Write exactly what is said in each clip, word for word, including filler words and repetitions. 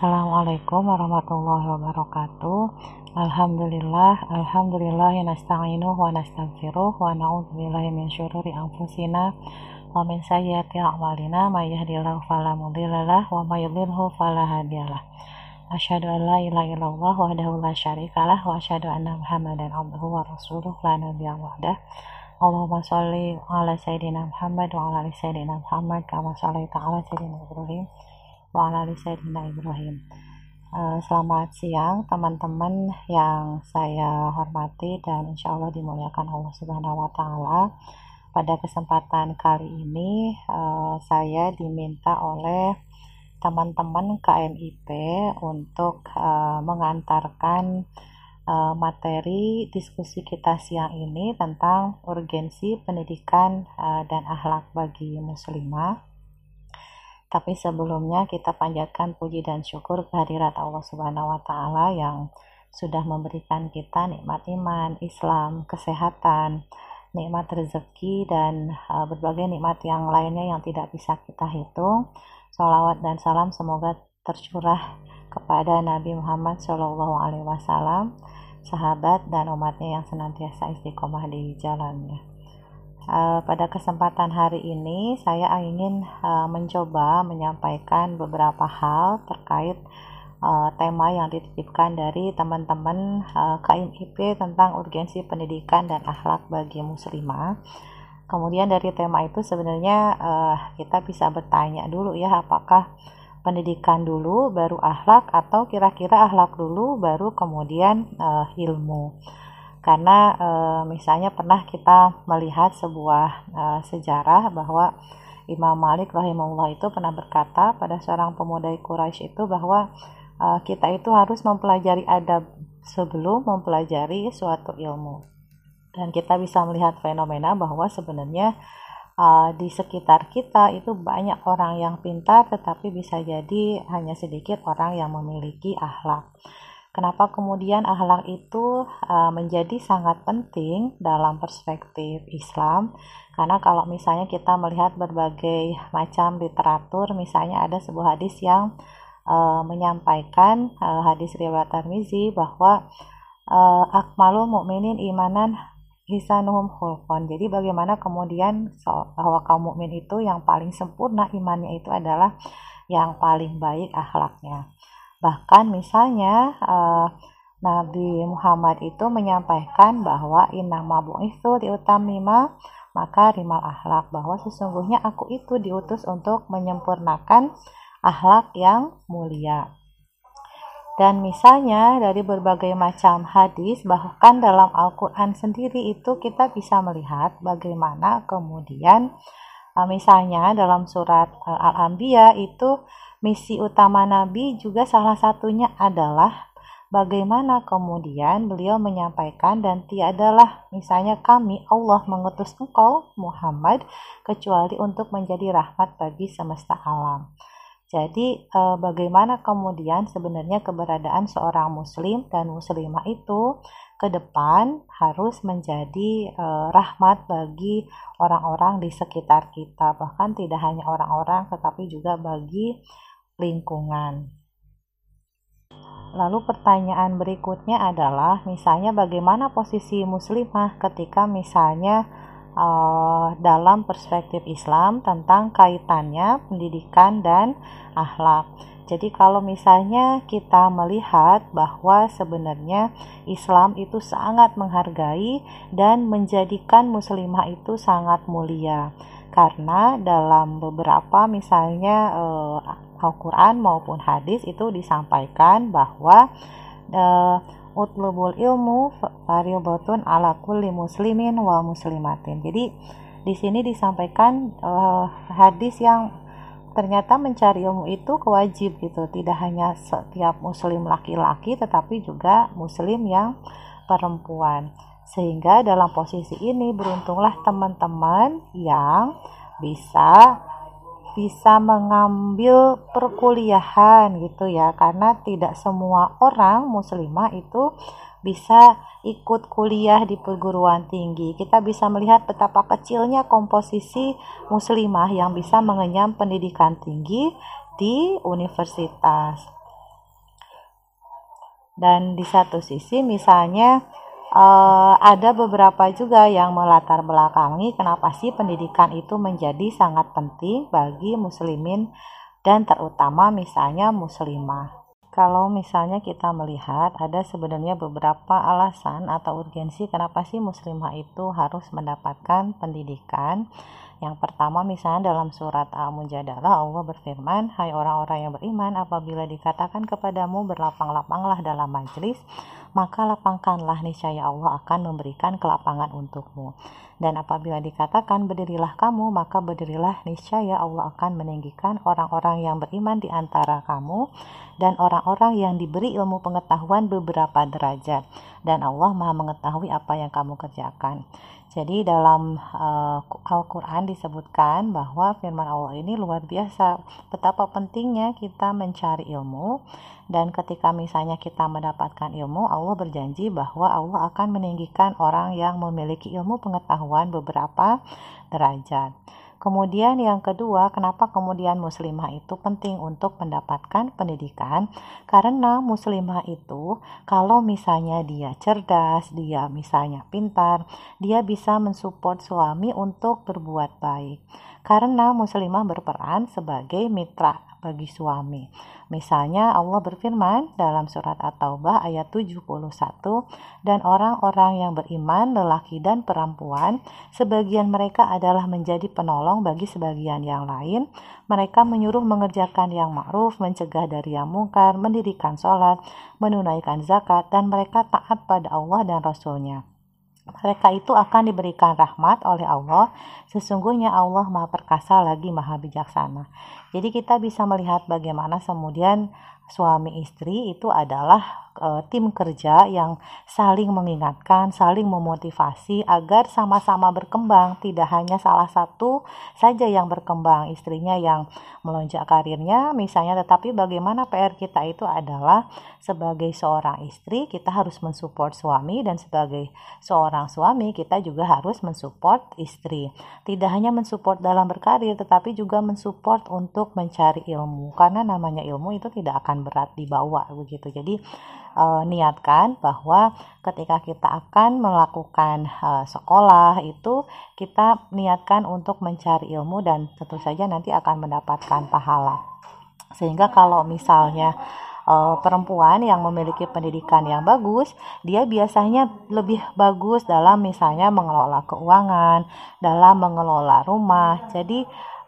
Assalamualaikum warahmatullahi wabarakatuh. Alhamdulillah, alhamdulillah nasta'inuhu wa nastaghfiruh wa na'udzu billahi min syururi anfusina wa min sayyiati a'malina may yahdihillahu fala mudhillalah wa may yudhlilhu fala hadiyalah. Asyhadu an la ilaha illallah wahdahu la syarikalah wa asyhadu anna Muhammadan abduhu wa rasuluh la nabiyya ba'dah. Allahumma sholli ala sayyidina Muhammad wa ala ali sayyidina Muhammad kama shallaita ala sayyidina Ibrahim wa ala ali sayyidina Ibrahim. Uh, selamat siang teman-teman yang saya hormati dan insya Allah dimuliakan Allah Subhanahu wa Ta'ala. Pada kesempatan kali ini uh, saya diminta oleh teman-teman K M I P untuk uh, mengantarkan uh, materi diskusi kita siang ini tentang urgensi pendidikan uh, dan akhlak bagi muslimah. Tapi sebelumnya kita panjatkan puji dan syukur kehadirat Allah Subhanahu wa Ta'ala yang sudah memberikan kita nikmat iman, Islam, kesehatan, nikmat rezeki, dan uh, berbagai nikmat yang lainnya yang tidak bisa kita hitung. Sholawat dan salam semoga tercurah kepada Nabi Muhammad shallallahu alaihi wasallam, sahabat dan umatnya yang senantiasa istiqomah di jalannya. Uh, pada kesempatan hari ini saya ingin uh, mencoba menyampaikan beberapa hal terkait uh, tema yang dititipkan dari teman-teman uh, K M I P tentang urgensi pendidikan dan akhlak bagi muslimah. Kemudian dari tema itu sebenarnya uh, kita bisa bertanya dulu ya, apakah pendidikan dulu baru akhlak atau kira-kira akhlak dulu baru kemudian uh, ilmu. Karena e, misalnya pernah kita melihat sebuah e, sejarah bahwa Imam Malik rahimahullah itu pernah berkata pada seorang pemuda Quraisy itu bahwa e, kita itu harus mempelajari adab sebelum mempelajari suatu ilmu. Dan kita bisa melihat fenomena bahwa sebenarnya e, di sekitar kita itu banyak orang yang pintar, tetapi bisa jadi hanya sedikit orang yang memiliki akhlak. Kenapa kemudian akhlak itu uh, menjadi sangat penting dalam perspektif Islam? Karena kalau misalnya kita melihat berbagai macam literatur, misalnya ada sebuah hadis yang uh, menyampaikan uh, hadis riwayat Tirmizi bahwa uh, akmalul mukminin imanan hisanuhum khulqan. Jadi bagaimana kemudian so, bahwa kaum mukmin itu yang paling sempurna imannya itu adalah yang paling baik akhlaknya. Bahkan misalnya uh, Nabi Muhammad itu menyampaikan bahwa innama bu'itsu liutammima makarimal akhlak, bahwa sesungguhnya aku itu diutus untuk menyempurnakan akhlak yang mulia. Dan misalnya dari berbagai macam hadis, bahkan dalam Al-Quran sendiri itu kita bisa melihat bagaimana kemudian uh, misalnya dalam surat uh, Al-Anbiya itu misi utama Nabi juga salah satunya adalah bagaimana kemudian beliau menyampaikan dan tiadalah misalnya kami Allah mengutus engkau Muhammad kecuali untuk menjadi rahmat bagi semesta alam. Jadi eh, bagaimana kemudian sebenarnya keberadaan seorang muslim dan muslimah itu ke depan harus menjadi eh, rahmat bagi orang-orang di sekitar kita, bahkan tidak hanya orang-orang tetapi juga bagi lingkungan. Lalu pertanyaan berikutnya adalah misalnya bagaimana posisi muslimah ketika misalnya uh, dalam perspektif Islam tentang kaitannya pendidikan dan akhlak. Jadi kalau misalnya kita melihat bahwa sebenarnya Islam itu sangat menghargai dan menjadikan muslimah itu sangat mulia. Karena dalam beberapa misalnya uh, Al-Quran maupun hadis itu disampaikan bahwa uh, utlubul ilmu fardhun ala kulli muslimin wa muslimatin. Jadi di sini disampaikan uh, hadis yang ternyata mencari ilmu itu kewajib gitu, tidak hanya setiap muslim laki-laki tetapi juga muslim yang perempuan. Sehingga dalam posisi ini beruntunglah teman-teman yang bisa bisa mengambil perkuliahan gitu ya, karena tidak semua orang muslimah itu bisa ikut kuliah di perguruan tinggi. Kita bisa melihat betapa kecilnya komposisi muslimah yang bisa mengenyam pendidikan tinggi di universitas. Dan di satu sisi misalnya uh, ada beberapa juga yang melatar belakangi kenapa sih pendidikan itu menjadi sangat penting bagi muslimin dan terutama misalnya muslimah. Kalau misalnya kita melihat ada sebenarnya beberapa alasan atau urgensi kenapa sih muslimah itu harus mendapatkan pendidikan. Yang pertama misalnya dalam surat Al-Mujadalah Allah berfirman, "Hai orang-orang yang beriman, apabila dikatakan kepadamu berlapang-lapanglah dalam majlis, maka lapangkanlah, niscaya Allah akan memberikan kelapangan untukmu. Dan apabila dikatakan berdirilah kamu, maka berdirilah, niscaya Allah akan meninggikan orang-orang yang beriman di antara kamu dan orang-orang yang diberi ilmu pengetahuan beberapa derajat. Dan Allah Maha mengetahui apa yang kamu kerjakan." Jadi dalam uh, Al-Quran disebutkan bahwa firman Allah ini luar biasa, betapa pentingnya kita mencari ilmu, dan ketika misalnya kita mendapatkan ilmu, Allah berjanji bahwa Allah akan meninggikan orang yang memiliki ilmu pengetahuan beberapa derajat. Kemudian yang kedua, kenapa kemudian muslimah itu penting untuk mendapatkan pendidikan? Karena muslimah itu kalau misalnya dia cerdas, dia misalnya pintar, dia bisa mensupport suami untuk berbuat baik. Karena muslimah berperan sebagai mitra bagi suami. Misalnya Allah berfirman dalam surat At-Taubah ayat tujuh puluh satu, "Dan orang-orang yang beriman, lelaki dan perempuan, sebagian mereka adalah menjadi penolong bagi sebagian yang lain. Mereka menyuruh mengerjakan yang ma'ruf, mencegah dari yang mungkar, mendirikan sholat, menunaikan zakat, dan mereka taat pada Allah dan Rasul-Nya. Mereka itu akan diberikan rahmat oleh Allah. Sesungguhnya Allah Maha Perkasa lagi Maha Bijaksana." Jadi kita bisa melihat bagaimana kemudian suami istri itu adalah e, tim kerja yang saling mengingatkan, saling memotivasi agar sama-sama berkembang. Tidak hanya salah satu saja yang berkembang, istrinya yang melonjak karirnya misalnya, tetapi bagaimana P R kita itu adalah sebagai seorang istri kita harus mensupport suami, dan sebagai seorang suami kita juga harus mensupport istri. Tidak hanya mensupport dalam berkarir, tetapi juga mensupport untuk mencari ilmu, karena namanya ilmu itu tidak akan berat dibawa begitu. Jadi e, niatkan bahwa ketika kita akan melakukan e, sekolah itu kita niatkan untuk mencari ilmu, dan tentu saja nanti akan mendapatkan pahala. Sehingga kalau misalnya Uh, perempuan yang memiliki pendidikan yang bagus, dia biasanya lebih bagus dalam misalnya mengelola keuangan, dalam mengelola rumah. Jadi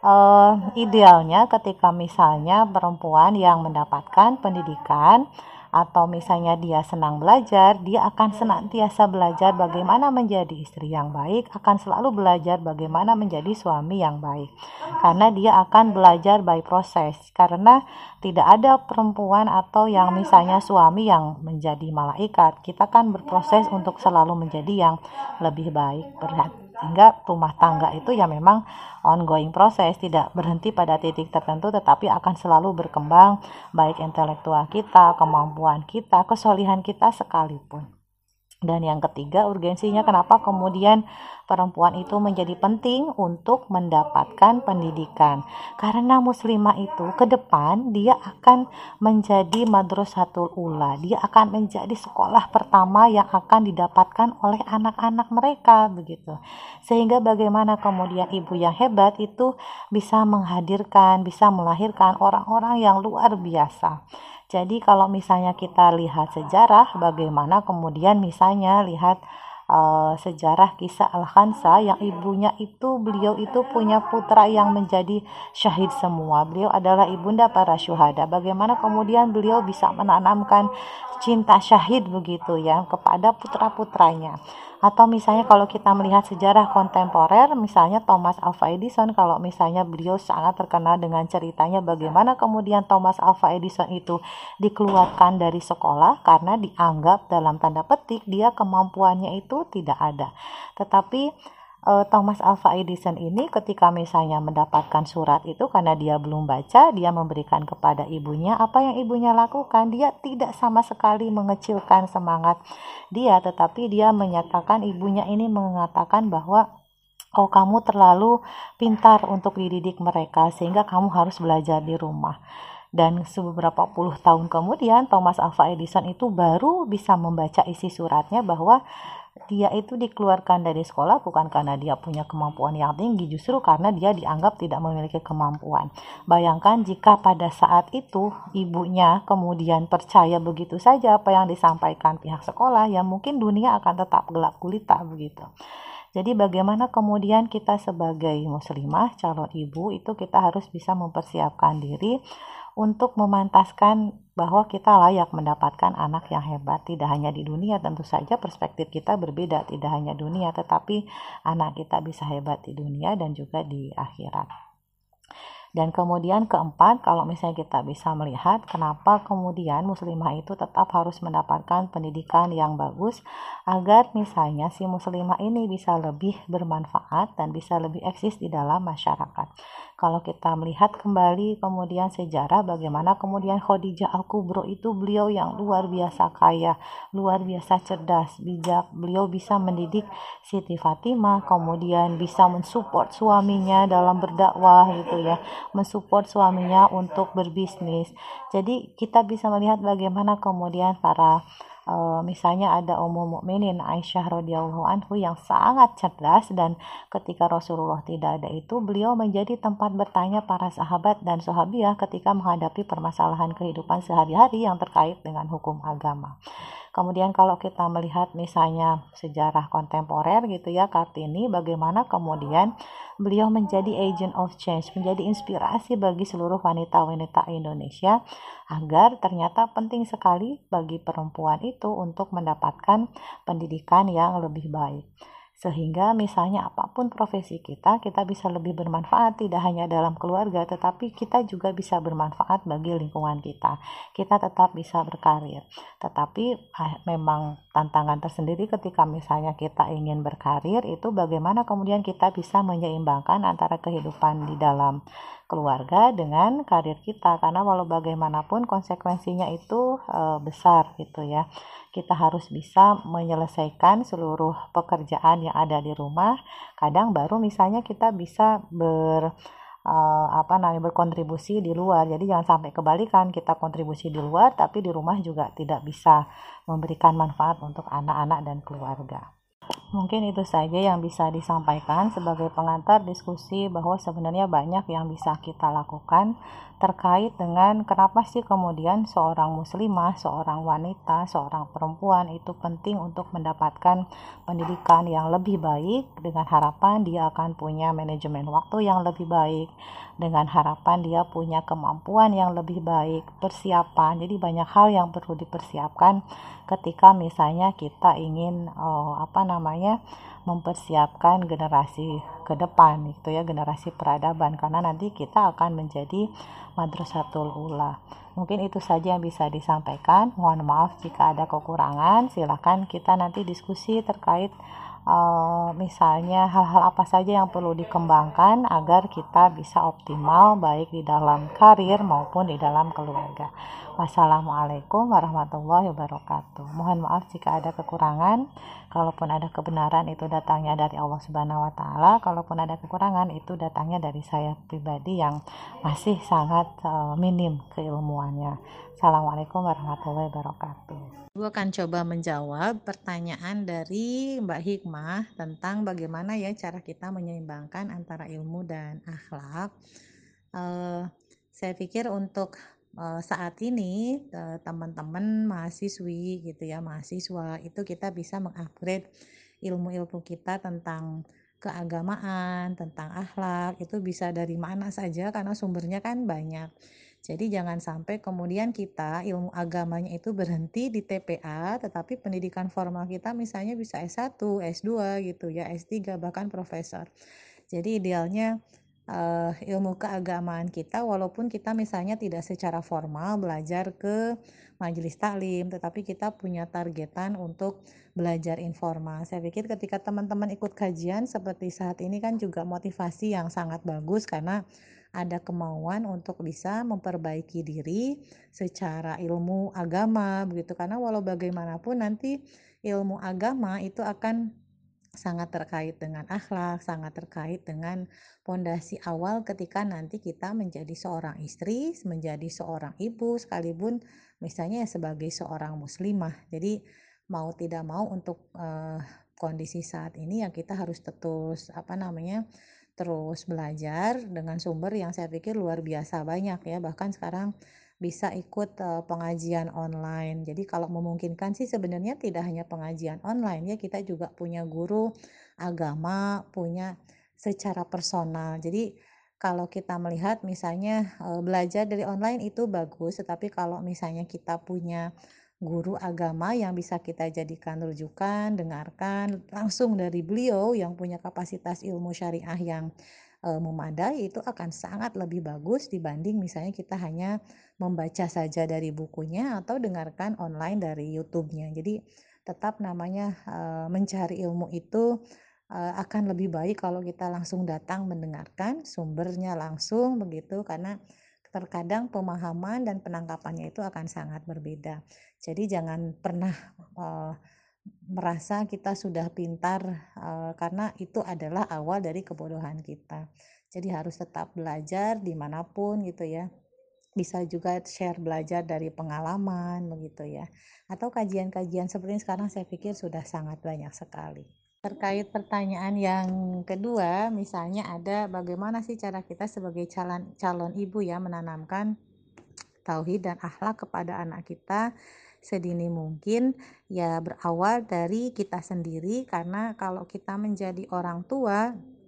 uh, idealnya ketika misalnya perempuan yang mendapatkan pendidikan atau misalnya dia senang belajar, dia akan senantiasa belajar bagaimana menjadi istri yang baik, akan selalu belajar bagaimana menjadi suami yang baik. Karena dia akan belajar by proses, karena tidak ada perempuan atau yang misalnya suami yang menjadi malaikat. Kita kan berproses untuk selalu menjadi yang lebih baik, berat. Sehingga rumah tangga itu ya memang ongoing proses, tidak berhenti pada titik tertentu, tetapi akan selalu berkembang, baik intelektual kita, kemampuan kita, kesolihan kita sekalipun. Dan yang ketiga, urgensinya kenapa kemudian perempuan itu menjadi penting untuk mendapatkan pendidikan. Karena muslimah itu ke depan dia akan menjadi madrasatul ula. Dia akan menjadi sekolah pertama yang akan didapatkan oleh anak-anak mereka begitu. Sehingga bagaimana kemudian ibu yang hebat itu bisa menghadirkan, bisa melahirkan orang-orang yang luar biasa. Jadi kalau misalnya kita lihat sejarah, bagaimana kemudian misalnya lihat uh, sejarah kisah Al-Khansa yang ibunya itu, beliau itu punya putra yang menjadi syahid semua. Beliau adalah ibunda para syuhada. Bagaimana kemudian beliau bisa menanamkan cinta syahid begitu ya kepada putra-putranya. Atau misalnya kalau kita melihat sejarah kontemporer, misalnya Thomas Alva Edison, kalau misalnya beliau sangat terkenal dengan ceritanya bagaimana kemudian Thomas Alva Edison itu dikeluarkan dari sekolah karena dianggap dalam tanda petik dia kemampuannya itu tidak ada. Tetapi Thomas Alva Edison ini ketika misalnya mendapatkan surat itu karena dia belum baca, dia memberikan kepada ibunya. Apa yang ibunya lakukan? Dia tidak sama sekali mengecilkan semangat dia, tetapi dia menyatakan, ibunya ini mengatakan bahwa oh kamu terlalu pintar untuk dididik mereka sehingga kamu harus belajar di rumah. Dan beberapa puluh tahun kemudian Thomas Alva Edison itu baru bisa membaca isi suratnya bahwa dia itu dikeluarkan dari sekolah bukan karena dia punya kemampuan yang tinggi, justru karena dia dianggap tidak memiliki kemampuan. Bayangkan jika pada saat itu ibunya kemudian percaya begitu saja apa yang disampaikan pihak sekolah, ya mungkin dunia akan tetap gelap gulita begitu. Jadi bagaimana kemudian kita sebagai muslimah, calon ibu, itu kita harus bisa mempersiapkan diri untuk memantaskan bahwa kita layak mendapatkan anak yang hebat. Tidak hanya di dunia, tentu saja perspektif kita berbeda, tidak hanya dunia, tetapi anak kita bisa hebat di dunia dan juga di akhirat. Dan kemudian keempat, kalau misalnya kita bisa melihat kenapa kemudian muslimah itu tetap harus mendapatkan pendidikan yang bagus agar misalnya si muslimah ini bisa lebih bermanfaat dan bisa lebih eksis di dalam masyarakat. Kalau kita melihat kembali kemudian sejarah bagaimana kemudian Khadijah Al-Kubro itu beliau yang luar biasa kaya, luar biasa cerdas, bijak. Beliau bisa mendidik Siti Fatimah, kemudian bisa mensupport suaminya dalam berdakwah gitu ya, mensupport suaminya untuk berbisnis. Jadi kita bisa melihat bagaimana kemudian para Uh, misalnya ada Ummul Mukminin Aisyah radhiyallahu anhu yang sangat cerdas, dan ketika Rasulullah tidak ada itu beliau menjadi tempat bertanya para sahabat dan sahabiah ketika menghadapi permasalahan kehidupan sehari-hari yang terkait dengan hukum agama. Kemudian kalau kita melihat misalnya sejarah kontemporer gitu ya, Kartini, bagaimana kemudian beliau menjadi agent of change, menjadi inspirasi bagi seluruh wanita-wanita Indonesia agar ternyata penting sekali bagi perempuan itu untuk mendapatkan pendidikan yang lebih baik. Sehingga misalnya apapun profesi kita, kita bisa lebih bermanfaat tidak hanya dalam keluarga, tetapi kita juga bisa bermanfaat bagi lingkungan kita. Kita tetap bisa berkarir. Tetapi ah, memang tantangan tersendiri ketika misalnya kita ingin berkarir itu bagaimana kemudian kita bisa menyeimbangkan antara kehidupan di dalam keluarga dengan karir kita, karena walau bagaimanapun konsekuensinya itu e, besar gitu ya. Kita harus bisa menyelesaikan seluruh pekerjaan yang ada di rumah. Kadang baru misalnya kita bisa ber uh, apa namanya berkontribusi di luar. Jadi jangan sampai kebalikan, kita kontribusi di luar tapi di rumah juga tidak bisa memberikan manfaat untuk anak-anak dan keluarga. Mungkin itu saja yang bisa disampaikan sebagai pengantar diskusi bahwa sebenarnya banyak yang bisa kita lakukan terkait dengan kenapa sih kemudian seorang muslimah, seorang wanita, seorang perempuan itu penting untuk mendapatkan pendidikan yang lebih baik dengan harapan dia akan punya manajemen waktu yang lebih baik, dengan harapan dia punya kemampuan yang lebih baik, persiapan. Jadi banyak hal yang perlu dipersiapkan ketika misalnya kita ingin oh, apa namanya mempersiapkan generasi ke depan itu ya, generasi peradaban, karena nanti kita akan menjadi madrasatul ula. Mungkin itu saja yang bisa disampaikan. Mohon maaf jika ada kekurangan. Silakan kita nanti diskusi terkait uh, misalnya hal-hal apa saja yang perlu dikembangkan agar kita bisa optimal baik di dalam karir maupun di dalam keluarga. Wassalamualaikum warahmatullahi wabarakatuh. Mohon maaf jika ada kekurangan. Kalaupun ada kebenaran itu datangnya dari Allah Subhanahu wa taala. Kalaupun ada kekurangan itu datangnya dari saya pribadi yang masih sangat uh, minim keilmuannya. Assalamualaikum warahmatullahi wabarakatuh. Gue akan coba menjawab pertanyaan dari Mbak Hikmah tentang bagaimana ya cara kita menyeimbangkan antara ilmu dan akhlak. Uh, saya pikir untuk saat ini teman-teman mahasiswi gitu ya, mahasiswa itu kita bisa mengupgrade ilmu-ilmu kita tentang keagamaan, tentang akhlak. Itu bisa dari mana saja karena sumbernya kan banyak. Jadi jangan sampai kemudian kita ilmu agamanya itu berhenti di T P A, tetapi pendidikan formal kita misalnya bisa S satu, S dua gitu ya, S tiga, bahkan profesor. Jadi idealnya Uh, ilmu keagamaan kita walaupun kita misalnya tidak secara formal belajar ke majelis taklim, tetapi kita punya targetan untuk belajar informal. Saya pikir ketika teman-teman ikut kajian seperti saat ini kan juga motivasi yang sangat bagus karena ada kemauan untuk bisa memperbaiki diri secara ilmu agama begitu, karena walau bagaimanapun nanti ilmu agama itu akan sangat terkait dengan akhlak, sangat terkait dengan pondasi awal ketika nanti kita menjadi seorang istri, menjadi seorang ibu, sekalipun misalnya ya sebagai seorang muslimah. Jadi mau tidak mau untuk eh, kondisi saat ini ya kita harus terus apa namanya terus belajar dengan sumber yang saya pikir luar biasa banyak ya. Bahkan sekarang bisa ikut eh, pengajian online. Jadi kalau memungkinkan sih sebenarnya tidak hanya pengajian online ya, kita juga punya guru agama, punya secara personal. Jadi kalau kita melihat misalnya eh, belajar dari online itu bagus, tetapi kalau misalnya kita punya guru agama yang bisa kita jadikan rujukan, dengarkan langsung dari beliau yang punya kapasitas ilmu syariah yang eh, memadai, itu akan sangat lebih bagus dibanding misalnya kita hanya membaca saja dari bukunya atau dengarkan online dari YouTube-nya. Jadi tetap namanya eh, mencari ilmu itu eh, akan lebih baik kalau kita langsung datang mendengarkan sumbernya langsung begitu, karena terkadang pemahaman dan penangkapannya itu akan sangat berbeda. Jadi jangan pernah eh, merasa kita sudah pintar eh, karena itu adalah awal dari kebodohan kita. Jadi harus tetap belajar dimanapun gitu ya. Bisa juga share belajar dari pengalaman begitu ya. Atau kajian-kajian seperti ini sekarang saya pikir sudah sangat banyak sekali. Terkait pertanyaan yang kedua, misalnya ada bagaimana sih cara kita sebagai calon calon ibu ya menanamkan tauhid dan akhlak kepada anak kita sedini mungkin. Ya berawal dari kita sendiri, karena kalau kita menjadi orang tua,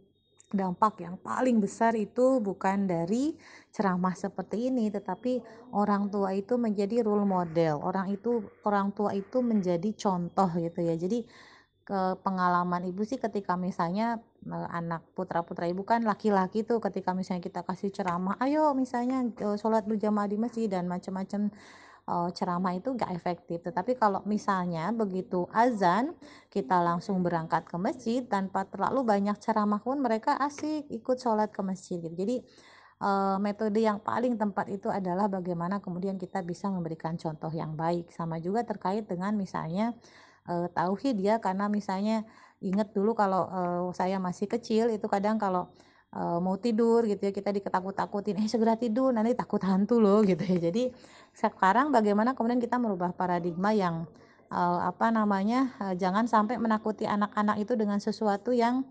dampak yang paling besar itu bukan dari ceramah seperti ini, tetapi orang tua itu menjadi role model, orang itu orang tua itu menjadi contoh gitu ya. Jadi ke pengalaman ibu sih ketika misalnya eh, anak putra putra ibu kan laki-laki tuh, ketika misalnya kita kasih ceramah ayo misalnya eh, sholat berjamaah di masjid dan macam-macam, eh, ceramah itu gak efektif. Tetapi kalau misalnya begitu azan kita langsung berangkat ke masjid tanpa terlalu banyak ceramah pun mereka asik ikut sholat ke masjid gitu. Jadi eh, metode yang paling tepat itu adalah bagaimana kemudian kita bisa memberikan contoh yang baik. Sama juga terkait dengan misalnya eh, tauhid ya, karena misalnya ingat dulu kalau eh, saya masih kecil itu kadang kalau eh, mau tidur gitu ya kita diketakut-takutin, eh segera tidur nanti takut hantu loh gitu ya. Jadi sekarang bagaimana kemudian kita merubah paradigma yang eh, apa namanya eh, jangan sampai menakuti anak-anak itu dengan sesuatu yang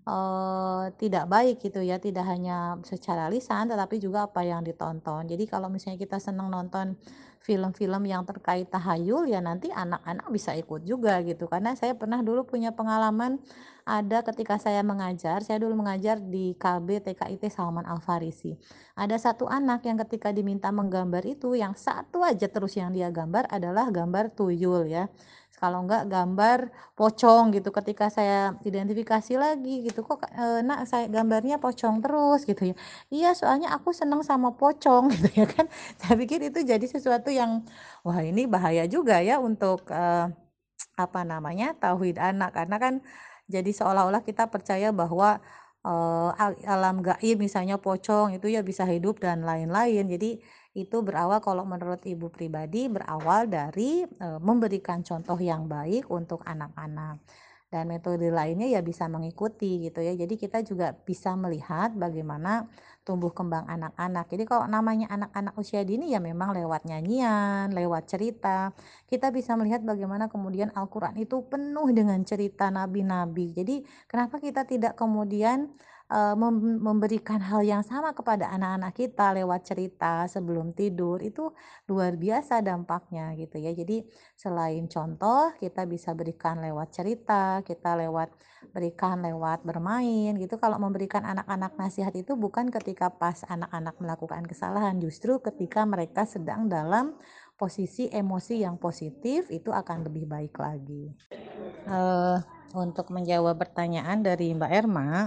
eh, tidak baik gitu ya, tidak hanya secara lisan tetapi juga apa yang ditonton. Jadi kalau misalnya kita senang nonton film-film yang terkait tahayul ya nanti anak-anak bisa ikut juga gitu. Karena saya pernah dulu punya pengalaman, ada ketika saya mengajar, saya dulu mengajar di K B T K I T Salman Al Farisi. Ada satu anak yang ketika diminta menggambar itu yang satu aja terus yang dia gambar adalah gambar tuyul ya. Kalau enggak gambar pocong gitu. Ketika saya identifikasi lagi gitu, kok e, nak saya gambarnya pocong terus gitu ya. Iya soalnya aku seneng sama pocong gitu ya kan. Saya pikir itu jadi sesuatu yang wah ini bahaya juga ya untuk eh, apa namanya tauhid anak, karena kan jadi seolah-olah kita percaya bahwa eh, alam gaib misalnya pocong itu ya bisa hidup dan lain-lain. Jadi itu berawal kalau menurut ibu pribadi berawal dari eh, memberikan contoh yang baik untuk anak-anak, dan metode lainnya ya bisa mengikuti gitu ya. Jadi kita juga bisa melihat bagaimana tumbuh kembang anak-anak. Jadi kalau namanya anak-anak usia dini ya memang lewat nyanyian, lewat cerita. Kita bisa melihat bagaimana kemudian Al-Quran itu penuh dengan cerita nabi-nabi. Jadi kenapa kita tidak kemudian eh, mem- memberikan hal yang sama kepada anak-anak kita lewat cerita sebelum tidur, itu luar biasa dampaknya gitu ya. Jadi selain contoh kita bisa berikan lewat cerita, kita lewat berikan lewat bermain gitu. Kalau memberikan anak-anak nasihat itu bukan ketika pas anak-anak melakukan kesalahan, justru ketika mereka sedang dalam posisi emosi yang positif, itu akan lebih baik lagi. Eh, untuk menjawab pertanyaan dari Mbak Erma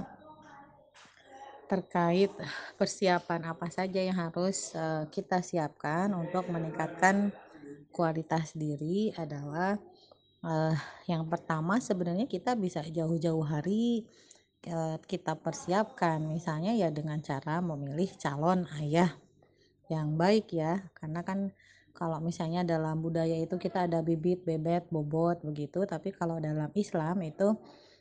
terkait persiapan apa saja yang harus eh, kita siapkan untuk meningkatkan kualitas diri adalah eh, yang pertama sebenarnya kita bisa jauh-jauh hari eh, kita persiapkan, misalnya ya dengan cara memilih calon ayah yang baik ya, karena kan kalau misalnya dalam budaya itu kita ada bibit, bebet, bobot begitu, tapi kalau dalam Islam itu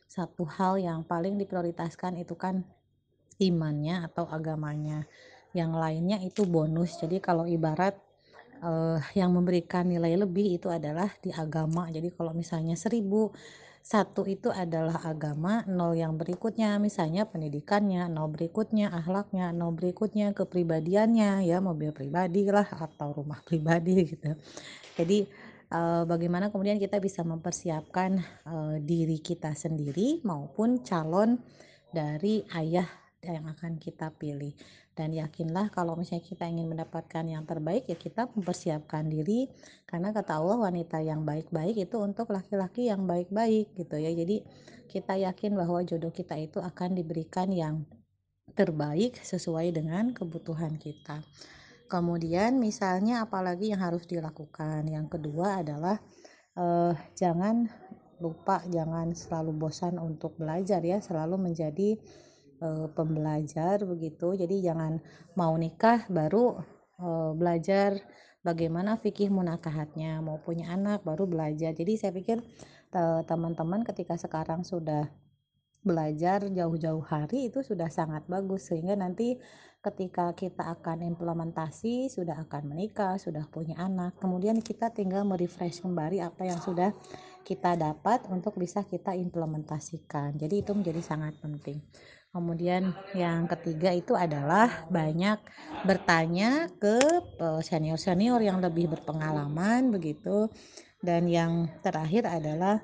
satu hal yang paling diprioritaskan itu kan imannya atau agamanya. Yang lainnya itu bonus. Jadi kalau ibarat eh, yang memberikan nilai lebih itu adalah di agama. Jadi kalau misalnya seribu, satu itu adalah agama, nol yang berikutnya misalnya pendidikannya, nol berikutnya akhlaknya, nol berikutnya kepribadiannya, ya mobil pribadi lah atau rumah pribadi gitu. Jadi eh, bagaimana kemudian kita bisa mempersiapkan eh, diri kita sendiri maupun calon dari ayah yang akan kita pilih. Dan yakinlah kalau misalnya kita ingin mendapatkan yang terbaik, ya kita mempersiapkan diri, karena kata Allah wanita yang baik-baik itu untuk laki-laki yang baik-baik gitu ya. Jadi kita yakin bahwa jodoh kita itu akan diberikan yang terbaik sesuai dengan kebutuhan kita. Kemudian misalnya apalagi yang harus dilakukan, yang kedua adalah eh, jangan lupa, jangan selalu bosan untuk belajar ya, selalu menjadi eh, pembelajar begitu. Jadi jangan mau nikah baru eh, belajar bagaimana fikih munakahatnya, mau punya anak baru belajar. Jadi saya pikir te- teman-teman ketika sekarang sudah belajar jauh-jauh hari itu sudah sangat bagus, sehingga nanti ketika kita akan implementasi sudah akan menikah, sudah punya anak, kemudian kita tinggal merefresh kembali apa yang sudah kita dapat untuk bisa kita implementasikan. Jadi itu menjadi sangat penting. Kemudian yang ketiga itu adalah banyak bertanya ke eh, senior-senior yang lebih berpengalaman begitu. Dan yang terakhir adalah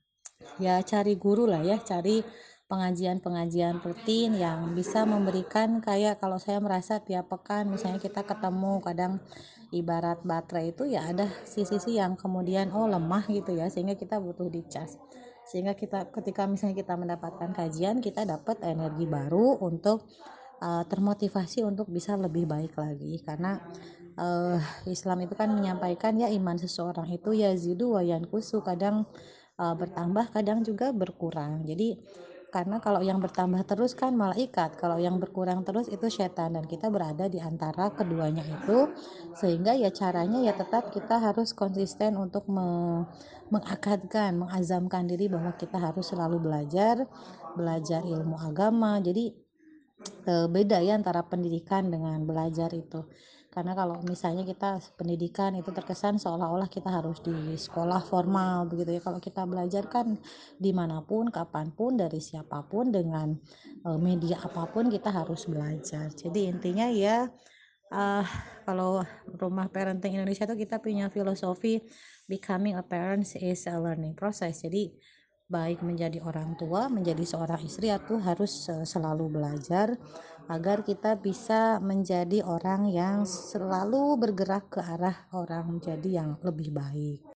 ya cari guru lah ya, cari pengajian-pengajian rutin yang bisa memberikan, kayak kalau saya merasa tiap pekan misalnya kita ketemu, kadang ibarat baterai itu ya ada sisi-sisi yang kemudian oh lemah gitu ya, sehingga kita butuh dicas, sehingga kita ketika misalnya kita mendapatkan kajian kita dapat energi baru untuk uh, termotivasi untuk bisa lebih baik lagi. Karena uh, Islam itu kan menyampaikan ya iman seseorang itu yazidu wa yankusu, kadang uh, bertambah kadang juga berkurang. Jadi karena kalau yang bertambah terus kan malaikat, kalau yang berkurang terus itu setan, dan kita berada di antara keduanya itu, sehingga ya caranya ya tetap kita harus konsisten untuk me- mengakadkan, mengazamkan diri bahwa kita harus selalu belajar, belajar ilmu agama. Jadi e, beda ya antara pendidikan dengan belajar itu. Karena kalau misalnya kita pendidikan itu terkesan seolah-olah kita harus di sekolah formal begitu ya. Kalau kita belajar kan dimanapun, kapanpun, dari siapapun, dengan e, media apapun kita harus belajar. Jadi intinya ya uh, kalau rumah parenting Indonesia tuh kita punya filosofi becoming a parent is a learning process. Jadi baik menjadi orang tua, menjadi seorang istri itu harus uh, selalu belajar agar kita bisa menjadi orang yang selalu bergerak ke arah orang menjadi yang lebih baik.